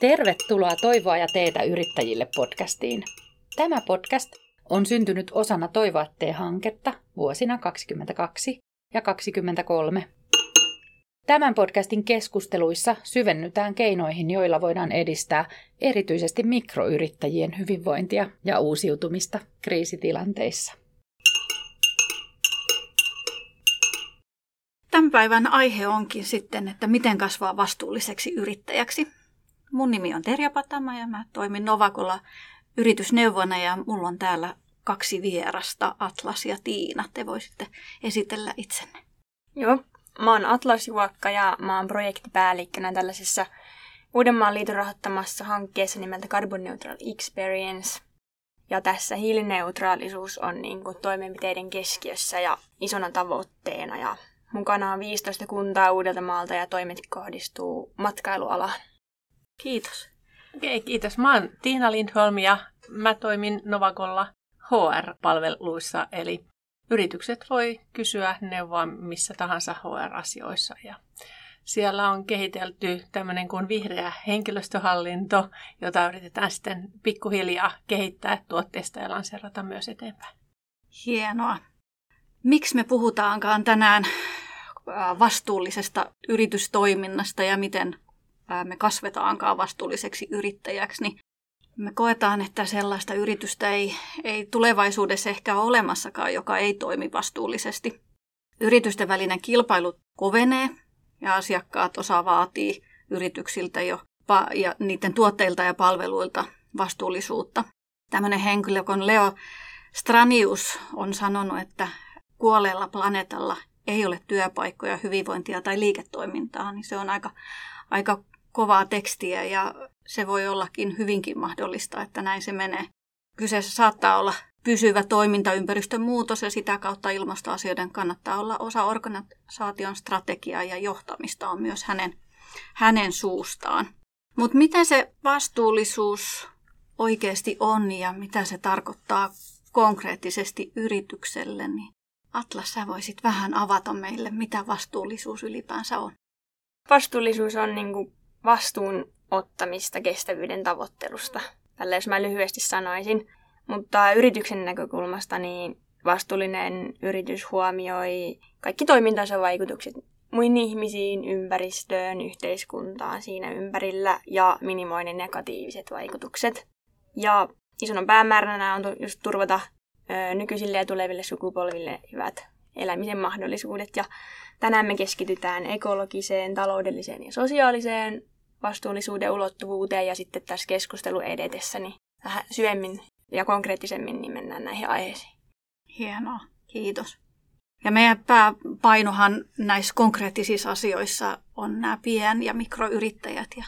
Tervetuloa Toivoa ja teetä yrittäjille podcastiin. Tämä podcast on syntynyt osana Toivoa tee-hanketta vuosina 2022 ja 2023. Tämän podcastin keskusteluissa syvennytään keinoihin, joilla voidaan edistää erityisesti mikroyrittäjien hyvinvointia ja uusiutumista kriisitilanteissa. Tämän päivän aihe onkin sitten, että miten kasvaa vastuulliseksi yrittäjäksi. Mun nimi on Terja Patama ja mä toimin Novakolla yritysneuvona ja mulla on täällä 2 vierasta, Atlas ja Tiina. Te voisitte esitellä itsenne. Joo, mä oon Atlas Juokka ja mä oon projektipäällikkönä tällaisessa Uudenmaan liiton rahoittamassa hankkeessa nimeltä Carbon Neutral Experience. Ja tässä hiilineutraalisuus on toimenpiteiden keskiössä ja isona tavoitteena. Ja mukana on 15 kuntaa Uudeltamaalta ja toimet kohdistuu matkailualaan. Kiitos. Okei, kiitos. Mä oon Tiina Lindholm ja mä toimin Novakolla HR-palveluissa, eli yritykset voi kysyä neuvoa missä tahansa HR-asioissa. Ja siellä on kehitelty tämmöinen kuin vihreä henkilöstöhallinto, jota yritetään sitten pikkuhiljaa kehittää tuotteista ja lanseerata myös eteenpäin. Hienoa. Miksi me puhutaankaan tänään vastuullisesta yritystoiminnasta ja miten me kasvetaankaan vastuulliseksi yrittäjäksi, niin me koetaan, että sellaista yritystä ei tulevaisuudessa ehkä ole olemassakaan, joka ei toimi vastuullisesti. Yritysten välinen kilpailu kovenee ja asiakkaat vaatii yrityksiltä ja niiden tuotteilta ja palveluilta vastuullisuutta. Tämmöinen henkilö kuin Leo Stranius on sanonut, että kuolleella planeetalla ei ole työpaikkoja, hyvinvointia tai liiketoimintaa, niin se on aika kovaa tekstiä ja se voi ollakin hyvinkin mahdollista, että näin se menee. Kyseessä saattaa olla pysyvä toimintaympäristön muutos ja sitä kautta ilmastoasioiden kannattaa olla osa organisaation strategiaa ja johtamista on myös hänen suustaan. Mutta miten se vastuullisuus oikeasti on ja mitä se tarkoittaa konkreettisesti yritykselle, niin Atlas, sä voisit vähän avata meille, mitä vastuullisuus ylipäänsä on. Vastuullisuus on vastuun ottamista kestävyyden tavoittelusta. Tällä jos mä lyhyesti sanoisin. Mutta yrityksen näkökulmasta niin vastuullinen yritys huomioi kaikki toimintansa vaikutukset muihin ihmisiin, ympäristöön, yhteiskuntaan siinä ympärillä ja minimoi ne negatiiviset vaikutukset. Ja isona päämääränä on just turvata nykyisille ja tuleville sukupolville hyvät elämisen mahdollisuudet. Ja tänään me keskitytään ekologiseen, taloudelliseen ja sosiaaliseen vastuullisuuden ulottuvuuteen ja sitten tässä keskustelun edetessä niin vähän syvemmin ja konkreettisemmin niin mennään näihin aiheisiin. Hienoa, kiitos. Ja meidän pääpainohan näissä konkreettisissa asioissa on nämä pien- ja mikroyrittäjät ja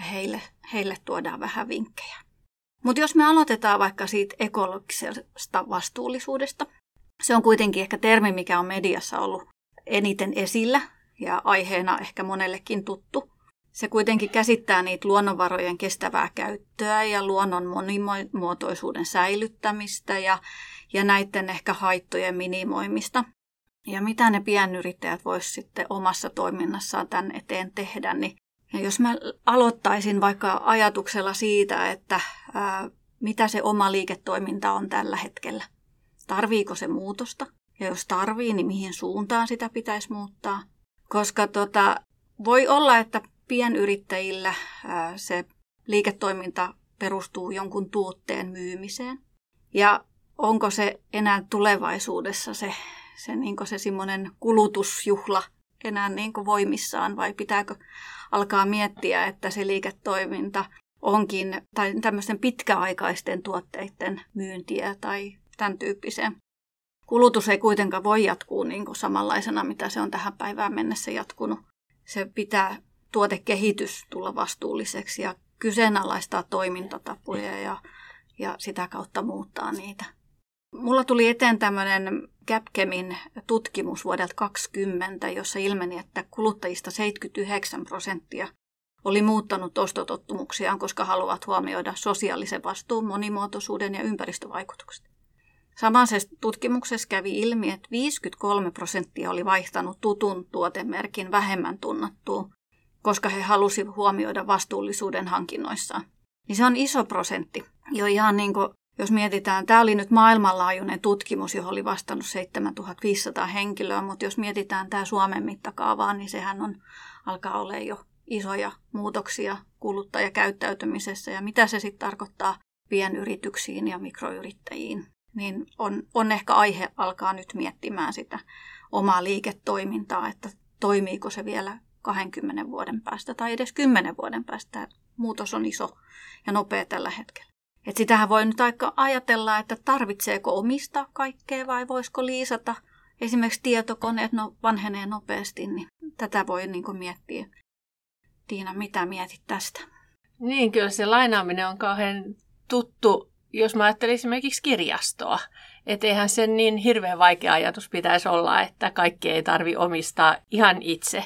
heille tuodaan vähän vinkkejä. Mutta jos me aloitetaan vaikka siitä ekologisesta vastuullisuudesta, se on kuitenkin ehkä termi, mikä on mediassa ollut eniten esillä ja aiheena ehkä monellekin tuttu. Se kuitenkin käsittää niitä luonnonvarojen kestävää käyttöä ja luonnon monimuotoisuuden säilyttämistä ja näiden ehkä haittojen minimoimista. Ja mitä ne pienyrittäjät voisivat sitten omassa toiminnassaan tämän eteen tehdä, niin jos mä aloittaisin vaikka ajatuksella siitä, että mitä se oma liiketoiminta on tällä hetkellä. Tarviiko se muutosta? Ja jos tarvii, niin mihin suuntaan sitä pitäisi muuttaa? Koska voi olla, että pienyrittäjillä se liiketoiminta perustuu jonkun tuotteen myymiseen. Ja onko se enää tulevaisuudessa se semmoinen kulutusjuhla enää voimissaan vai pitääkö alkaa miettiä, että se liiketoiminta onkin tai tämmöisten pitkäaikaisten tuotteiden myyntiä tai tämän tyyppiseen. Kulutus ei kuitenkaan voi jatkuu samanlaisena, mitä se on tähän päivään mennessä jatkunut. Se pitää tuotekehitys tulla vastuulliseksi ja kyseenalaistaa toimintatapoja ja sitä kautta muuttaa niitä. Mulla tuli eteen tämmöinen Capchemin tutkimus vuodelta 2020, jossa ilmeni, että kuluttajista 79% oli muuttanut ostotottumuksiaan, koska haluavat huomioida sosiaalisen vastuun, monimuotoisuuden ja ympäristövaikutukset. Samassa tutkimuksessa kävi ilmi, että 53% oli vaihtanut tutun tuotemerkin vähemmän tunnettuun, koska he halusivat huomioida vastuullisuuden hankinnoissaan. Niin se on iso prosentti. Jo ihan niin kuin, jos mietitään, tämä oli nyt maailmanlaajuinen tutkimus, johon oli vastannut 7500 henkilöä, mutta jos mietitään tämä Suomen mittakaavaa, niin sehän alkaa olla jo isoja muutoksia kuluttajakäyttäytymisessä. Ja mitä se sitten tarkoittaa pienyrityksiin ja mikroyrittäjiin, niin on ehkä aihe alkaa nyt miettimään sitä omaa liiketoimintaa, että toimiiko se vielä 20 vuoden päästä tai edes 10 vuoden päästä. Tämä muutos on iso ja nopea tällä hetkellä. Et sitähän voi nyt aika ajatella, että tarvitseeko omistaa kaikkea vai voisiko liisata. Esimerkiksi tietokoneet vanhenee nopeasti, niin tätä voi niin kuin miettiä. Tiina, mitä mietit tästä? Niin, kyllä se lainaaminen on kauhean tuttu, jos mä ajattelin esimerkiksi kirjastoa. Että eihän sen niin hirveän vaikea ajatus pitäisi olla, että kaikkea ei tarvitse omistaa ihan itse.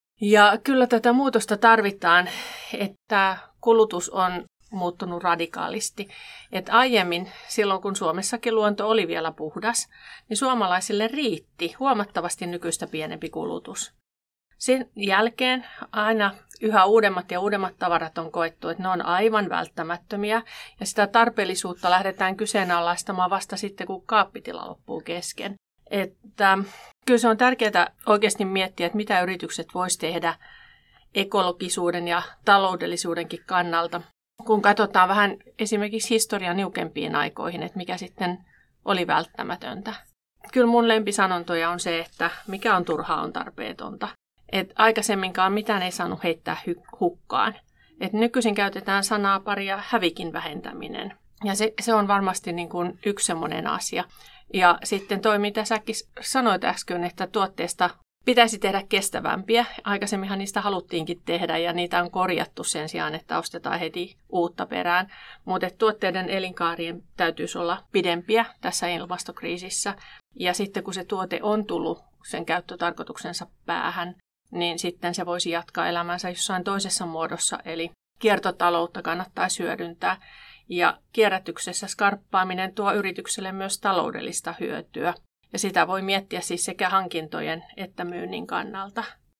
Ja kyllä tätä muutosta tarvitaan, että kulutus on muuttunut radikaalisti. Että aiemmin, silloin kun Suomessakin luonto oli vielä puhdas, niin suomalaisille riitti huomattavasti nykyistä pienempi kulutus. Sen jälkeen aina yhä uudemmat ja uudemmat tavarat on koettu, että ne on aivan välttämättömiä. Ja sitä tarpeellisuutta lähdetään kyseenalaistamaan vasta sitten, kun kaappitila loppuu kesken. Että kyllä se on tärkeää oikeasti miettiä, että mitä yritykset voisi tehdä ekologisuuden ja taloudellisuudenkin kannalta. Kun katsotaan vähän esimerkiksi historian niukempiin aikoihin, että mikä sitten oli välttämätöntä. Kyllä mun lempisanontoja on se, että mikä on turhaa on tarpeetonta. Et aikaisemminkaan mitään ei saanut heittää hukkaan. Et nykyisin käytetään sanaa paria hävikin vähentäminen. Ja se on varmasti niin kuin yksi semmoinen asia. Ja sitten toi, mitä säkin sanoit äsken, että tuotteesta pitäisi tehdä kestävämpiä. Aikaisemminhan niistä haluttiinkin tehdä ja niitä on korjattu sen sijaan, että ostetaan heti uutta perään. Mutta tuotteiden elinkaarien täytyisi olla pidempiä tässä ilmastokriisissä. Ja sitten kun se tuote on tullut sen käyttötarkoituksensa päähän, niin sitten se voisi jatkaa elämänsä jossain toisessa muodossa. Eli kiertotaloutta kannattaisi hyödyntää. Ja kierrätyksessä skarppaaminen tuo yritykselle myös taloudellista hyötyä. Ja sitä voi miettiä siis sekä hankintojen että myynnin kannalta.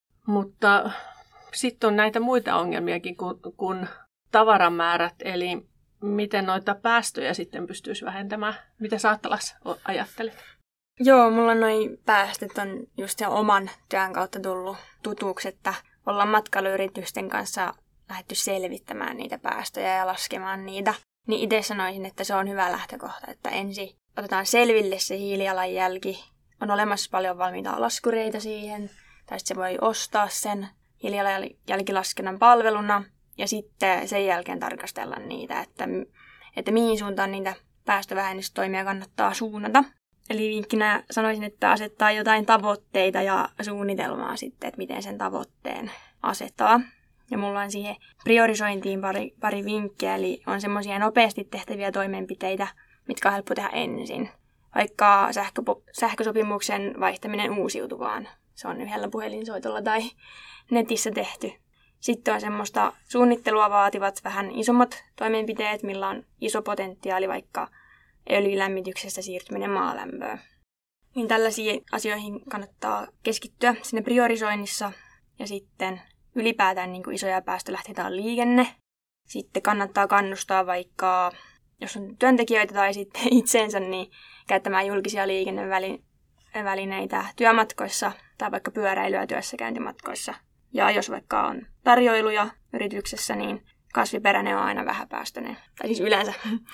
Mutta sitten on näitä muita ongelmiakin kuin tavaramäärät, eli miten noita päästöjä sitten pystyisi vähentämään. Mitä sä Attalas ajattelet? Joo, mulla noi päästöt on just sen oman työn kautta tullut tutuksi, että ollaan matkailuyritysten kanssa lähdetty selvittämään niitä päästöjä ja laskemaan niitä. Niin itse sanoisin, että se on hyvä lähtökohta, että ensin otetaan selville se hiilijalanjälki. On olemassa paljon valmiita laskureita siihen, tai sitten se voi ostaa sen hiilijalanjälkilaskennan palveluna, ja sitten sen jälkeen tarkastella niitä, että mihin suuntaan niitä päästövähennystoimia kannattaa suunnata. Eli vinkkinä sanoisin, että asettaa jotain tavoitteita ja suunnitelmaa sitten, että miten sen tavoitteen asettaa. Ja mulla on siihen priorisointiin pari vinkkiä, eli on semmoisia nopeasti tehtäviä toimenpiteitä, mitkä on helppo tehdä ensin. Vaikka sähkösopimuksen vaihtaminen uusiutuvaan. Se on yhdellä puhelinsoitolla tai netissä tehty. Sitten on semmoista suunnittelua vaativat vähän isommat toimenpiteet, millä on iso potentiaali vaikka öljylämmityksestä siirtyminen maalämpöön. Niin tällaisiin asioihin kannattaa keskittyä sinne priorisoinnissa ja sitten ylipäätään niin kuin isoja päästölähteitä on liikenne. Sitten kannattaa kannustaa vaikka, jos on työntekijöitä tai sitten itseensä, niin käyttämään julkisia liikennevälineitä työmatkoissa tai vaikka pyöräilyä työssäkäyntimatkoissa. Ja jos vaikka on tarjoiluja yrityksessä, niin kasviperäinen on aina vähäpäästöinen. Tai siis yleensä.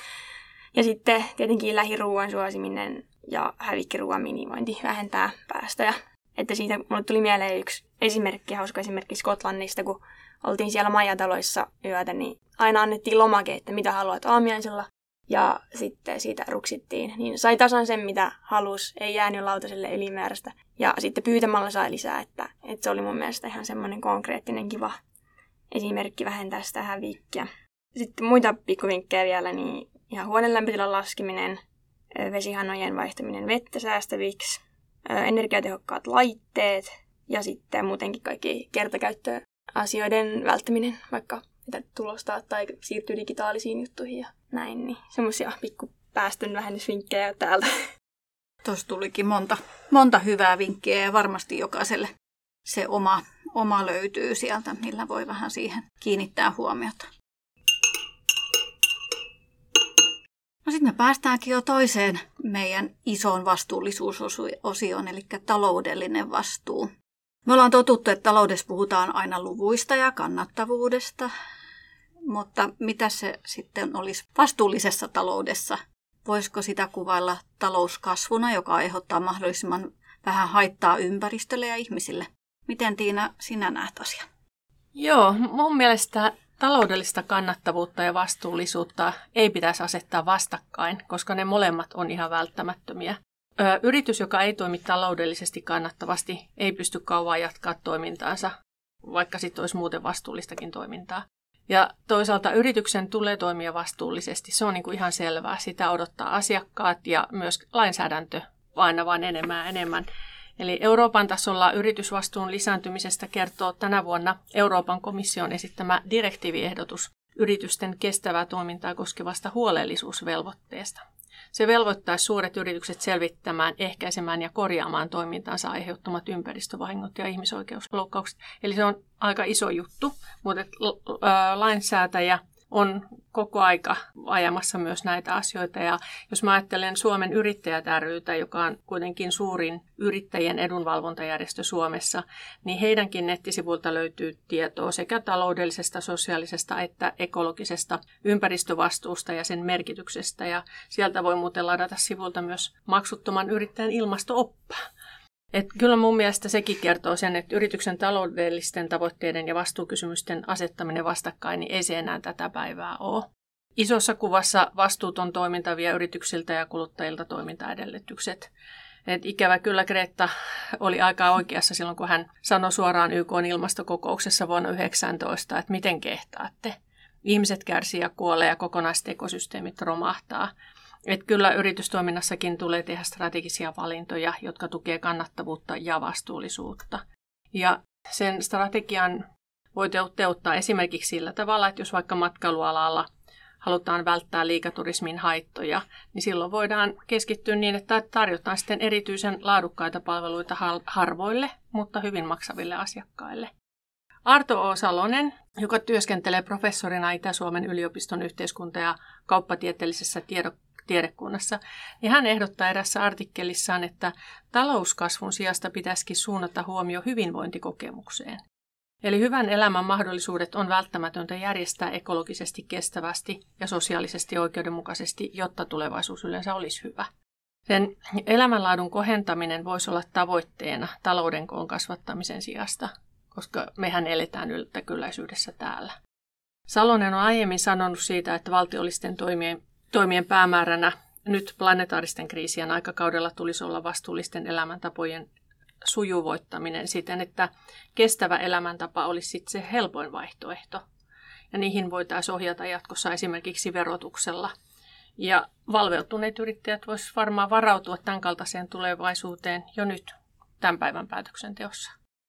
Ja sitten tietenkin lähiruuan suosiminen ja hävikkiruuan minimointi vähentää päästöjä. Että siitä mulle tuli mieleen yksi esimerkki, hauska esimerkki Skotlannista, kun oltiin siellä majataloissa yötä, niin aina annettiin lomake, että mitä haluat aamiaisella. Ja sitten siitä ruksittiin, niin sai tasan sen, mitä halusi, ei jäänyt lautaselle ylimääräistä. Ja sitten pyytämällä sai lisää, että se oli mun mielestä ihan semmoinen konkreettinen kiva esimerkki vähentää sitä hävikkiä. Sitten muita pikkuvinkkejä vielä, niin ihan huoneen lämpötilan laskeminen, vesihanojen vaihtaminen vettä säästäviksi, energiatehokkaat laitteet ja sitten muutenkin kaikki kertakäyttöasioiden välttäminen, vaikka mitä tulostaa tai siirtyy digitaalisiin juttuihin ja näin, niin semmoisia pikkupäästön vähennysvinkkejä täältä. Tuossa tulikin monta hyvää vinkkiä ja varmasti jokaiselle se oma löytyy sieltä, millä voi vähän siihen kiinnittää huomiota. No sitten me päästäänkin jo toiseen meidän isoon vastuullisuusosioon, eli taloudellinen vastuu. Me ollaan totuttu, että taloudessa puhutaan aina luvuista ja kannattavuudesta, mutta mitä se sitten olisi vastuullisessa taloudessa? Voisiko sitä kuvailla talouskasvuna, joka aiheuttaa mahdollisimman vähän haittaa ympäristölle ja ihmisille? Miten Tiina sinä näet asian? Joo, mun mielestä taloudellista kannattavuutta ja vastuullisuutta ei pitäisi asettaa vastakkain, koska ne molemmat on ihan välttämättömiä. Yritys, joka ei toimi taloudellisesti kannattavasti, ei pysty kauan jatkaa toimintaansa, vaikka sitten olisi muuten vastuullistakin toimintaa. Ja toisaalta yrityksen tulee toimia vastuullisesti. Se on niin kuin ihan selvää. Sitä odottaa asiakkaat ja myös lainsäädäntö aina vain enemmän. Eli Euroopan tasolla yritysvastuun lisääntymisestä kertoo tänä vuonna Euroopan komission esittämä direktiiviehdotus yritysten kestävää toimintaa koskevasta huolellisuusvelvoitteesta. Se velvoittaisi suuret yritykset selvittämään, ehkäisemään ja korjaamaan toimintansa aiheuttamat ympäristövahingot ja ihmisoikeusloukkaukset. Eli se on aika iso juttu, mutta lainsäätäjä on koko aika ajamassa myös näitä asioita. Ja jos mä ajattelen Suomen Yrittäjät ry:tä, joka on kuitenkin suurin yrittäjien edunvalvontajärjestö Suomessa, niin heidänkin nettisivuilta löytyy tietoa sekä taloudellisesta, sosiaalisesta että ekologisesta ympäristövastuusta ja sen merkityksestä. Ja sieltä voi muuten ladata sivulta myös maksuttoman yrittäjän ilmasto-oppaa. Kyllä mun mielestä sekin kertoo sen, että yrityksen taloudellisten tavoitteiden ja vastuukysymysten asettaminen vastakkain, niin ei se enää tätä päivää ole. Isossa kuvassa vastuuton toiminta vie yrityksiltä ja kuluttajilta toimintaedellytykset. Ikävä kyllä Greta oli aika oikeassa silloin, kun hän sanoi suoraan YK:n ilmastokokouksessa vuonna 2019, että miten kehtaatte. Ihmiset kärsii ja kuolee ja kokonaiset ekosysteemit romahtaa. Että kyllä yritystoiminnassakin tulee tehdä strategisia valintoja, jotka tukee kannattavuutta ja vastuullisuutta. Ja sen strategian voi toteuttaa esimerkiksi sillä tavalla, että jos vaikka matkailualalla halutaan välttää liikaturismin haittoja, niin silloin voidaan keskittyä niin, että tarjotaan sitten erityisen laadukkaita palveluita harvoille, mutta hyvin maksaville asiakkaille. Arto O. Salonen, joka työskentelee professorina Itä-Suomen yliopiston yhteiskunta- ja kauppatieteellisessä tiedekunnassa, niin hän ehdottaa erässä artikkelissaan, että talouskasvun sijasta pitäisikin suunnata huomio hyvinvointikokemukseen. Eli hyvän elämän mahdollisuudet on välttämätöntä järjestää ekologisesti kestävästi ja sosiaalisesti oikeudenmukaisesti, jotta tulevaisuus yleensä olisi hyvä. Sen elämänlaadun kohentaminen voisi olla tavoitteena talouden koon kasvattamisen sijasta, koska mehän eletään yltäkylläisyydessä täällä. Salonen on aiemmin sanonut siitä, että valtiollisten toimien päämääränä nyt planetaaristen kriisien aikakaudella tulisi olla vastuullisten elämäntapojen sujuvoittaminen siten, että kestävä elämäntapa olisi sitten se helpoin vaihtoehto. Ja niihin voitaisiin ohjata jatkossa esimerkiksi verotuksella. Ja valveutuneet yrittäjät voisivat varmaan varautua tämän kaltaiseen tulevaisuuteen jo nyt tämän päivän päätöksenteossa.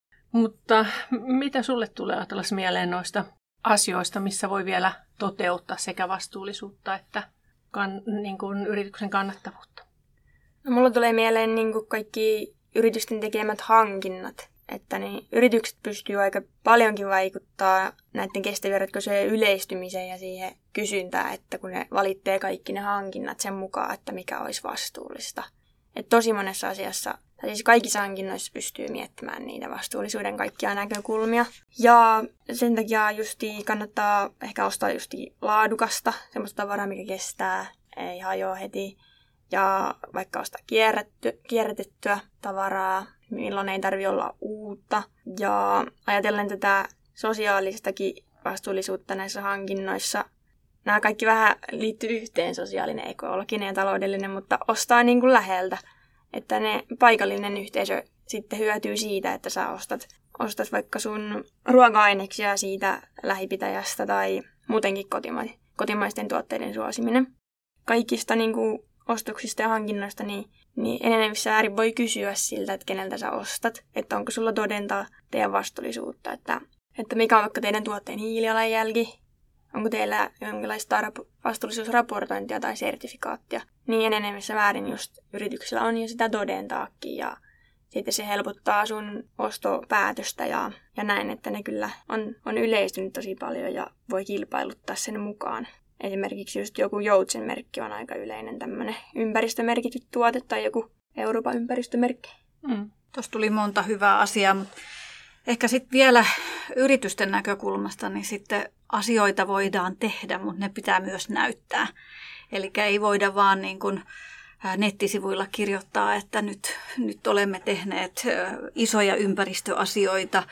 Mutta mitä sulle tulee ajatella mieleen noista asioista, missä voi vielä toteuttaa sekä vastuullisuutta että yrityksen kannattavuutta? No, mulla tulee mieleen kaikki yritysten tekemät hankinnat, että niin yritykset pystyy aika paljonkin vaikuttaa näiden kestävien ratkaisujen yleistymiseen ja siihen kysyntään, että kun ne valitsee kaikki ne hankinnat sen mukaan, että mikä olisi vastuullista. Että tosi monessa asiassa, tai siis kaikissa hankinnoissa pystyy miettimään niitä vastuullisuuden kaikkia näkökulmia. Ja sen takia kannattaa ehkä ostaa laadukasta, semmoista tavaraa, mikä kestää, ei hajoa heti. Ja vaikka ostaa kierrätettyä tavaraa, milloin ei tarvitse olla uutta. Ja ajatellen tätä sosiaalistakin vastuullisuutta näissä hankinnoissa, nämä kaikki vähän liittyy yhteen, sosiaalinen, ekologinen ja taloudellinen, mutta ostaa niin kuin läheltä. Että ne paikallinen yhteisö sitten hyötyy siitä, että sä ostat vaikka sun ruoka-aineksia siitä lähipitäjästä tai muutenkin kotimaisten tuotteiden suosiminen. Kaikista niin kuin ostoksista ja hankinnoista, niin enenevissä määrin voi kysyä siltä, että keneltä sä ostat, että onko sulla todentaa teidän vastuullisuutta, että mikä on vaikka teidän tuotteen hiilijalanjälki, onko teillä jonkinlaista vastuullisuusraportointia tai sertifikaattia, niin enenevissä määrin just yrityksellä on jo sitä todentaakin ja sitten se helpottaa sun ostopäätöstä ja näin, että ne kyllä on yleistynyt tosi paljon ja voi kilpailuttaa sen mukaan. Esimerkiksi just joku Joutsen-merkki on aika yleinen tämmöinen ympäristömerkitty tuote tai joku Euroopan ympäristömerkki. Tuossa tuli monta hyvää asiaa, mutta ehkä sitten vielä yritysten näkökulmasta, niin sitten asioita voidaan tehdä, mutta ne pitää myös näyttää. Eli ei voida vaan niin kuin nettisivuilla kirjoittaa, että nyt olemme tehneet isoja ympäristöasioita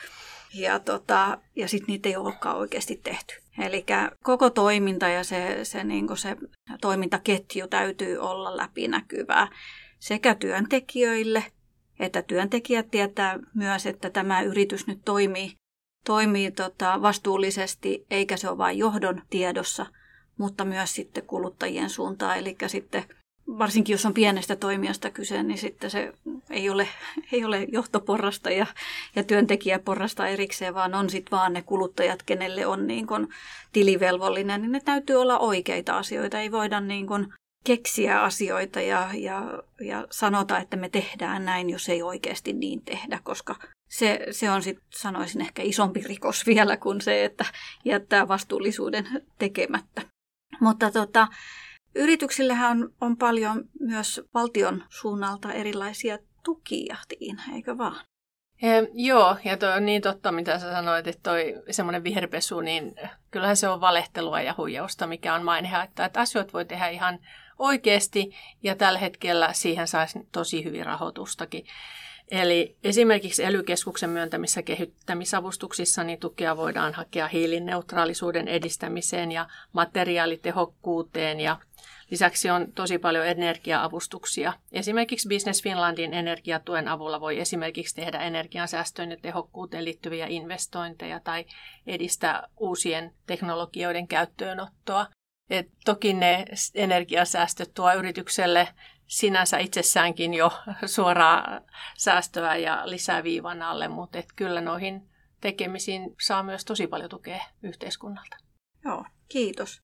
ja sitten niitä ei olekaan oikeasti tehty. Eli koko toiminta ja se toimintaketju täytyy olla läpinäkyvää sekä työntekijöille, että työntekijät tietää myös, että tämä yritys nyt toimii vastuullisesti, eikä se ole vain johdon tiedossa, mutta myös sitten kuluttajien suuntaan. Eli sitten varsinkin jos on pienestä toimijasta kyse, niin sitten se ei ole johtoporrasta ja työntekijäporrasta erikseen, vaan on sitten vaan ne kuluttajat, kenelle on niin kuin tilivelvollinen, niin ne täytyy olla oikeita asioita. Ei voida niin kuin keksiä asioita ja sanota, että me tehdään näin, jos ei oikeasti niin tehdä, koska se on sitten, sanoisin, ehkä isompi rikos vielä kuin se, että jättää vastuullisuuden tekemättä. Mutta yrityksillähän on paljon myös valtion suunnalta erilaisia tukia, Tiina, eikö vaan? Joo, ja toi on niin totta, mitä sä sanoit, että toi semmoinen viherpesu, niin kyllähän se on valehtelua ja huijausta, mikä on mainehaitta, että asioita voi tehdä ihan oikeasti, ja tällä hetkellä siihen saisi tosi hyvin rahoitustakin. Eli esimerkiksi ELY-keskuksen myöntämissä kehittämisavustuksissa niin tukea voidaan hakea hiilineutraalisuuden edistämiseen ja materiaalitehokkuuteen, ja lisäksi on tosi paljon energia-avustuksia. Esimerkiksi Business Finlandin energiatuen avulla voi esimerkiksi tehdä energiansäästöön ja tehokkuuteen liittyviä investointeja tai edistää uusien teknologioiden käyttöönottoa. Et toki ne energiasäästöt tuo yritykselle sinänsä itsessäänkin jo suoraa säästöä ja lisää viivan alle, mutta kyllä noihin tekemisiin saa myös tosi paljon tukea yhteiskunnalta. Joo, kiitos.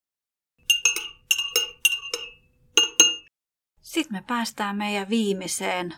Sitten me päästään meidän viimeiseen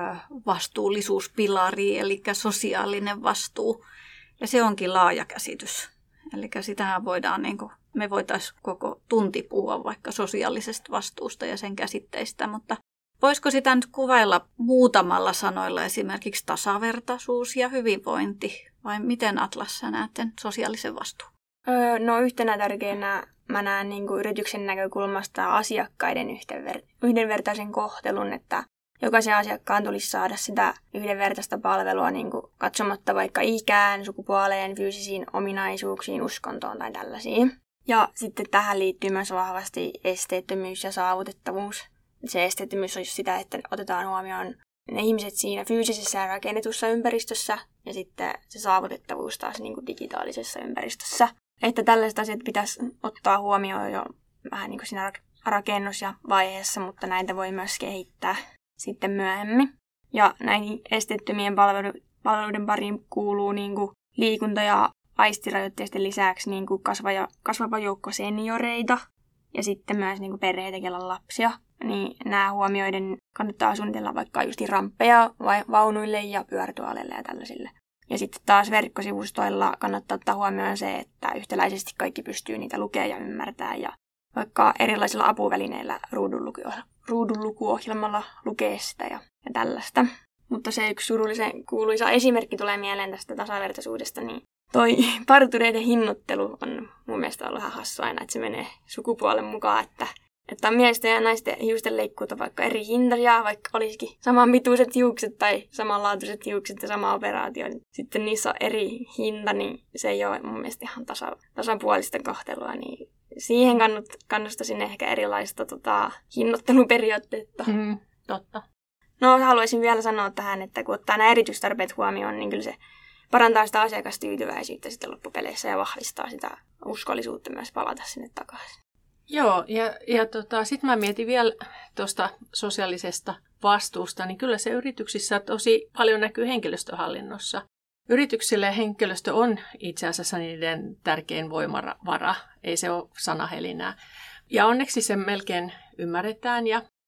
vastuullisuuspilariin, eli sosiaalinen vastuu. Ja se onkin laaja käsitys. Eli sitähän voidaan, me voitaisiin koko tunti puhua vaikka sosiaalisesta vastuusta ja sen käsitteistä, mutta voisiko sitä nyt kuvailla muutamalla sanoilla, esimerkiksi tasavertaisuus ja hyvinvointi, vai miten, Atlas, sä näet sosiaalisen vastuun? No yhtenä tärkeänä mä näen yrityksen näkökulmasta asiakkaiden yhdenvertaisen kohtelun, että jokaisen asiakkaan tulisi saada sitä yhdenvertaista palvelua katsomatta vaikka ikään, sukupuoleen, fyysisiin ominaisuuksiin, uskontoon tai tällaisiin. Ja sitten tähän liittyy myös vahvasti esteettömyys ja saavutettavuus. Se esteettömyys on just sitä, että otetaan huomioon ne ihmiset siinä fyysisessä ja rakennetussa ympäristössä ja sitten se saavutettavuus taas digitaalisessa ympäristössä. Että tällaiset asiat pitäisi ottaa huomioon jo vähän siinä rakennus- ja vaiheessa, mutta näitä voi myös kehittää sitten myöhemmin. Ja näihin esteettömien palveluiden pariin kuuluu liikunta- ja aistirajoitteisten lisäksi kasvava joukko senioreita ja sitten myös perheitä, joilla on lapsia. Niin nämä huomioiden kannattaa suunnitella vaikka just ramppeja vaunuille ja pyörätuoleille ja tällaisille. Ja sitten taas verkkosivustoilla kannattaa ottaa huomioon se, että yhtäläisesti kaikki pystyy niitä lukemaan ja ymmärtää ja vaikka erilaisilla apuvälineillä ruudunlukuohjelmalla lukee sitä ja tällaista. Mutta se yksi surullisen kuuluisa esimerkki tulee mieleen tästä tasavertaisuudesta, niin toi partureiden hinnoittelu on mun mielestä ollut ihan hassu aina, että se menee sukupuolen mukaan, että on miesten ja naisten hiusten leikkuut on vaikka eri hintaisia, vaikka olisikin saman pituiset hiukset tai samanlaatuiset hiukset ja sama operaatio. Sitten niissä on eri hinta, niin se ei ole mun mielestä ihan tasapuolista kohtelua. Niin siihen kannustaisin ehkä erilaista hinnoitteluperiaatteetta. Totta. No haluaisin vielä sanoa tähän, että kun ottaa nämä erityistarpeet huomioon, niin kyllä se parantaa sitä asiakastyytyväisyyttä sitten loppupeleissä ja vahvistaa sitä uskollisuutta myös palata sinne takaisin. Joo, ja sitten mä mietin vielä tuosta sosiaalisesta vastuusta, niin kyllä se yrityksissä tosi paljon näkyy henkilöstöhallinnossa. Yrityksille henkilöstö on itse asiassa niiden tärkein voimavara, ei se ole sanahelinää. Ja onneksi se melkein ymmärretään ja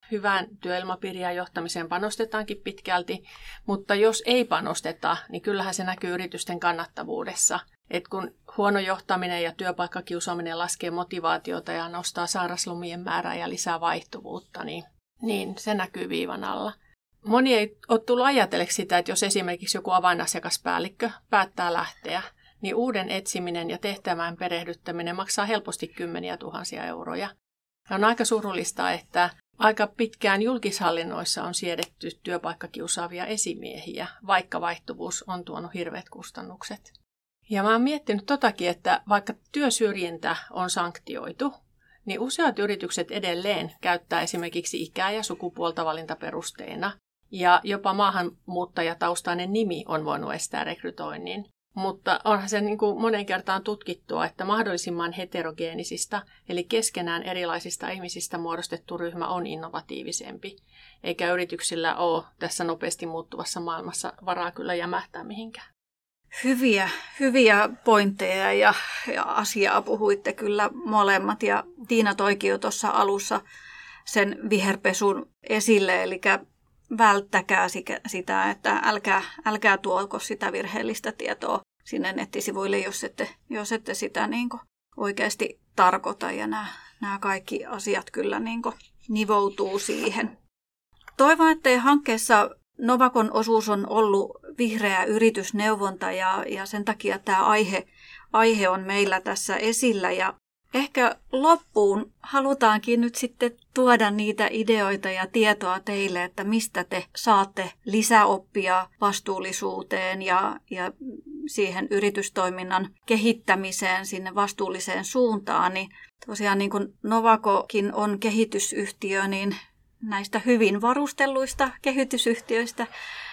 Hyvään työilmapiiriin ja johtamiseen panostetaankin pitkälti, mutta jos ei panosteta, niin kyllähän se näkyy yritysten kannattavuudessa. Et kun huono johtaminen ja työpaikkakiusaaminen laskee motivaatiota ja nostaa sairaslomien määrää ja lisää vaihtuvuutta, niin se näkyy viivan alla. Moni ei ole tullut ajatelleeksi sitä, että jos esimerkiksi joku avainasiakaspäällikkö päättää lähteä, niin uuden etsiminen ja tehtävään perehdyttäminen maksaa helposti 10 000 euroja. Ja on aika surullista, että aika pitkään julkishallinnoissa on siedetty työpaikkakiusaavia esimiehiä, vaikka vaihtuvuus on tuonut hirveät kustannukset. Ja mä oon miettinyt totakin, että vaikka työsyrjintä on sanktioitu, niin useat yritykset edelleen käyttää esimerkiksi ikää ja sukupuolta valintaperusteina. Ja jopa maahanmuuttajataustainen nimi on voinut estää rekrytoinnin. Mutta onhan se niin kuin monen kertaan tutkittua, että mahdollisimman heterogeenisistä, eli keskenään erilaisista ihmisistä muodostettu ryhmä on innovatiivisempi. Eikä yrityksillä ole tässä nopeasti muuttuvassa maailmassa varaa kyllä jämähtää mihinkään. Hyviä pointteja ja asiaa puhuitte kyllä molemmat. Ja Tiina toikin jo tuossa alussa sen viherpesun esille, eli välttäkää sitä, että älkää tuoko sitä virheellistä tietoa sinne nettisivuille, jos ette sitä niin kuin oikeasti tarkoita. Ja nämä kaikki asiat kyllä niin kuin nivoutuu siihen. Toivon, että hankkeessa Novacon osuus on ollut vihreä yritysneuvonta ja sen takia tämä aihe on meillä tässä esillä. Ja ehkä loppuun halutaankin nyt sitten tuoda niitä ideoita ja tietoa teille, että mistä te saatte lisäoppia vastuullisuuteen ja siihen yritystoiminnan kehittämiseen sinne vastuulliseen suuntaan. Niin tosiaan niin kuin Novacokin on kehitysyhtiö, niin näistä hyvin varustelluista kehitysyhtiöistä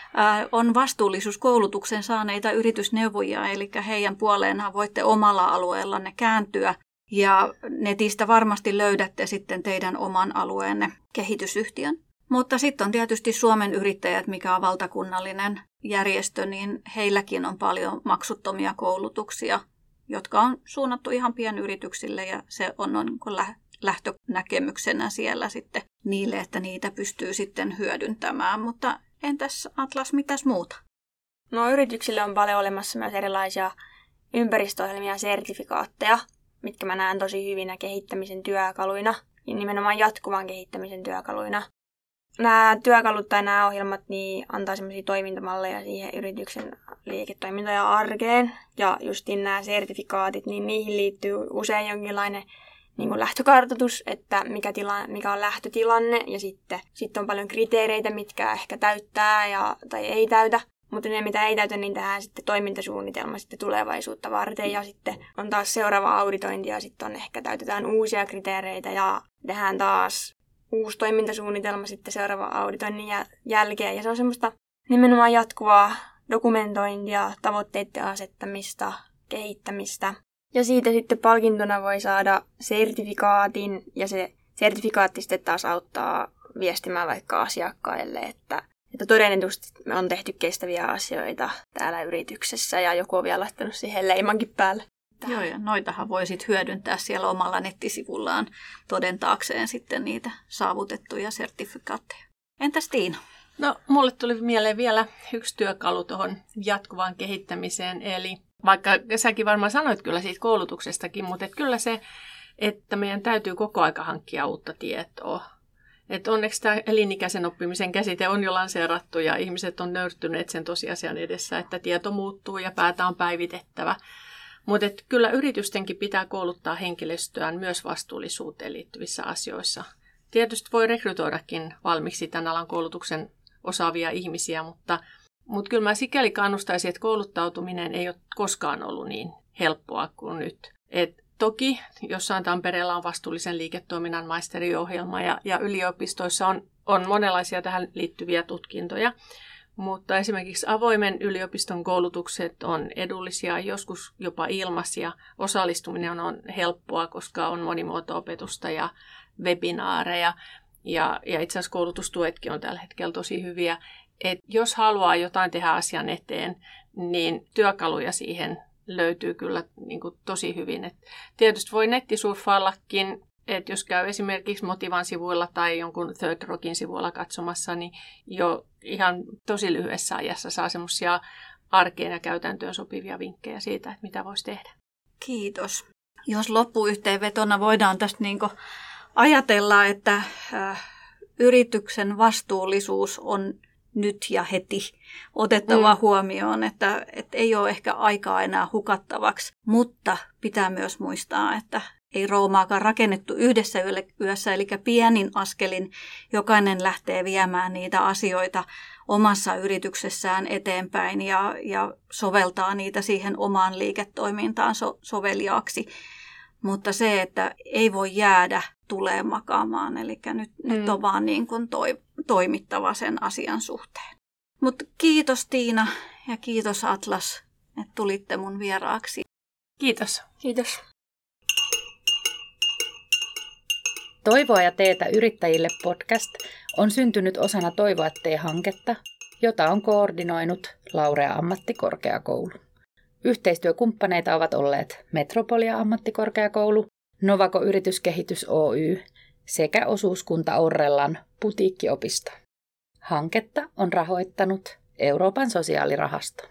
on vastuullisuuskoulutuksen saaneita yritysneuvojia, eli heidän puoleenhan voitte omalla alueellanne kääntyä. Ja netistä varmasti löydätte sitten teidän oman alueenne kehitysyhtiön. Mutta sitten on tietysti Suomen Yrittäjät, mikä on valtakunnallinen järjestö, niin heilläkin on paljon maksuttomia koulutuksia, jotka on suunnattu ihan pienyrityksille ja se on lähtönäkemyksenä siellä sitten niille, että niitä pystyy sitten hyödyntämään. Mutta entäs Atlas, mitäs muuta? No yrityksille on paljon olemassa myös erilaisia ympäristöohjelmia ja sertifikaatteja, mitkä mä näen tosi hyvinä kehittämisen työkaluina ja nimenomaan jatkuvan kehittämisen työkaluina. Nämä työkalut tai nämä ohjelmat niin antaa semmoisia toimintamalleja siihen yrityksen liiketoimintaan ja arkeen. Ja justiin nämä sertifikaatit, niin niihin liittyy usein jonkinlainen niin kuin lähtökartoitus, että mikä on lähtötilanne. Ja sitten on paljon kriteereitä, mitkä ehkä täyttää tai ei täytä. Mutta ne, mitä ei täytä, niin tehdään sitten toimintasuunnitelma sitten tulevaisuutta varten. Ja sitten on taas seuraava auditointi ja sitten täytetään uusia kriteereitä ja tehdään taas uusi toimintasuunnitelma sitten seuraavan auditoinnin jälkeen. Ja se on semmoista nimenomaan jatkuvaa dokumentointia, tavoitteiden asettamista, kehittämistä. Ja siitä sitten palkintona voi saada sertifikaatin ja se sertifikaatti sitten taas auttaa viestimään vaikka asiakkaille, että todennetusti on tehty kestäviä asioita täällä yrityksessä ja joku on vielä laittanut siihen leimankin päälle. Joo, ja noitahan voisit hyödyntää siellä omalla nettisivullaan todentaakseen sitten niitä saavutettuja sertifikaatteja. Entäs Tiina? No, mulle tuli mieleen vielä yksi työkalu tuohon jatkuvaan kehittämiseen, eli vaikka säkin varmaan sanoit kyllä siitä koulutuksestakin, mutta kyllä se, että meidän täytyy koko aika hankkia uutta tietoa. Että onneksi tämä elinikäisen oppimisen käsite on jo lanseerattu ja ihmiset on nöyrtyneet sen tosiasian edessä, että tieto muuttuu ja päätä on päivitettävä. Mutta kyllä yritystenkin pitää kouluttaa henkilöstöään myös vastuullisuuteen liittyvissä asioissa. Tietysti voi rekrytoidakin valmiiksi tämän alan koulutuksen osaavia ihmisiä, mutta kyllä mä sikäli kannustaisin, että kouluttautuminen ei ole koskaan ollut niin helppoa kuin nyt. Toki jossain Tampereella on vastuullisen liiketoiminnan maisteriohjelma ja yliopistoissa on monenlaisia tähän liittyviä tutkintoja, mutta esimerkiksi avoimen yliopiston koulutukset on edullisia, joskus jopa ilmaisia. Osallistuminen on helppoa, koska on monimuoto-opetusta ja webinaareja ja itse asiassa koulutustuetkin on tällä hetkellä tosi hyviä. Et jos haluaa jotain tehdä asian eteen, niin työkaluja siihen löytyy kyllä niin kuin tosi hyvin. Et tietysti voi nettisurffaillakin että jos käy esimerkiksi Motivan sivuilla tai jonkun Third Rockin sivuilla katsomassa, niin jo ihan tosi lyhyessä ajassa saa semmoisia arkeen ja käytäntöön sopivia vinkkejä siitä, että mitä voisi tehdä. Kiitos. Jos loppuyhteenvetona voidaan tästä ajatella, että yrityksen vastuullisuus on nyt ja heti otettava huomioon, että ei ole ehkä aikaa enää hukattavaksi, mutta pitää myös muistaa, että ei Roomaakaan rakennettu yhdessä yössä, eli pienin askelin jokainen lähtee viemään niitä asioita omassa yrityksessään eteenpäin ja soveltaa niitä siihen omaan liiketoimintaan soveliaaksi. Mutta se, että ei voi jäädä tulee makaamaan, eli nyt on vaan niin kuin toimittava sen asian suhteen. Mutta kiitos Tiina ja kiitos Atlas, että tulitte mun vieraaksi. Kiitos. Kiitos. Toivoa ja teetä yrittäjille podcast on syntynyt osana Toivoa tee-hanketta, jota on koordinoinut Laurea ammattikorkeakoulu. Yhteistyökumppaneita ovat olleet Metropolia ammattikorkeakoulu, Novako Yrityskehitys Oy sekä osuuskunta Orrellan Putiikkiopisto. Hanketta on rahoittanut Euroopan sosiaalirahasto.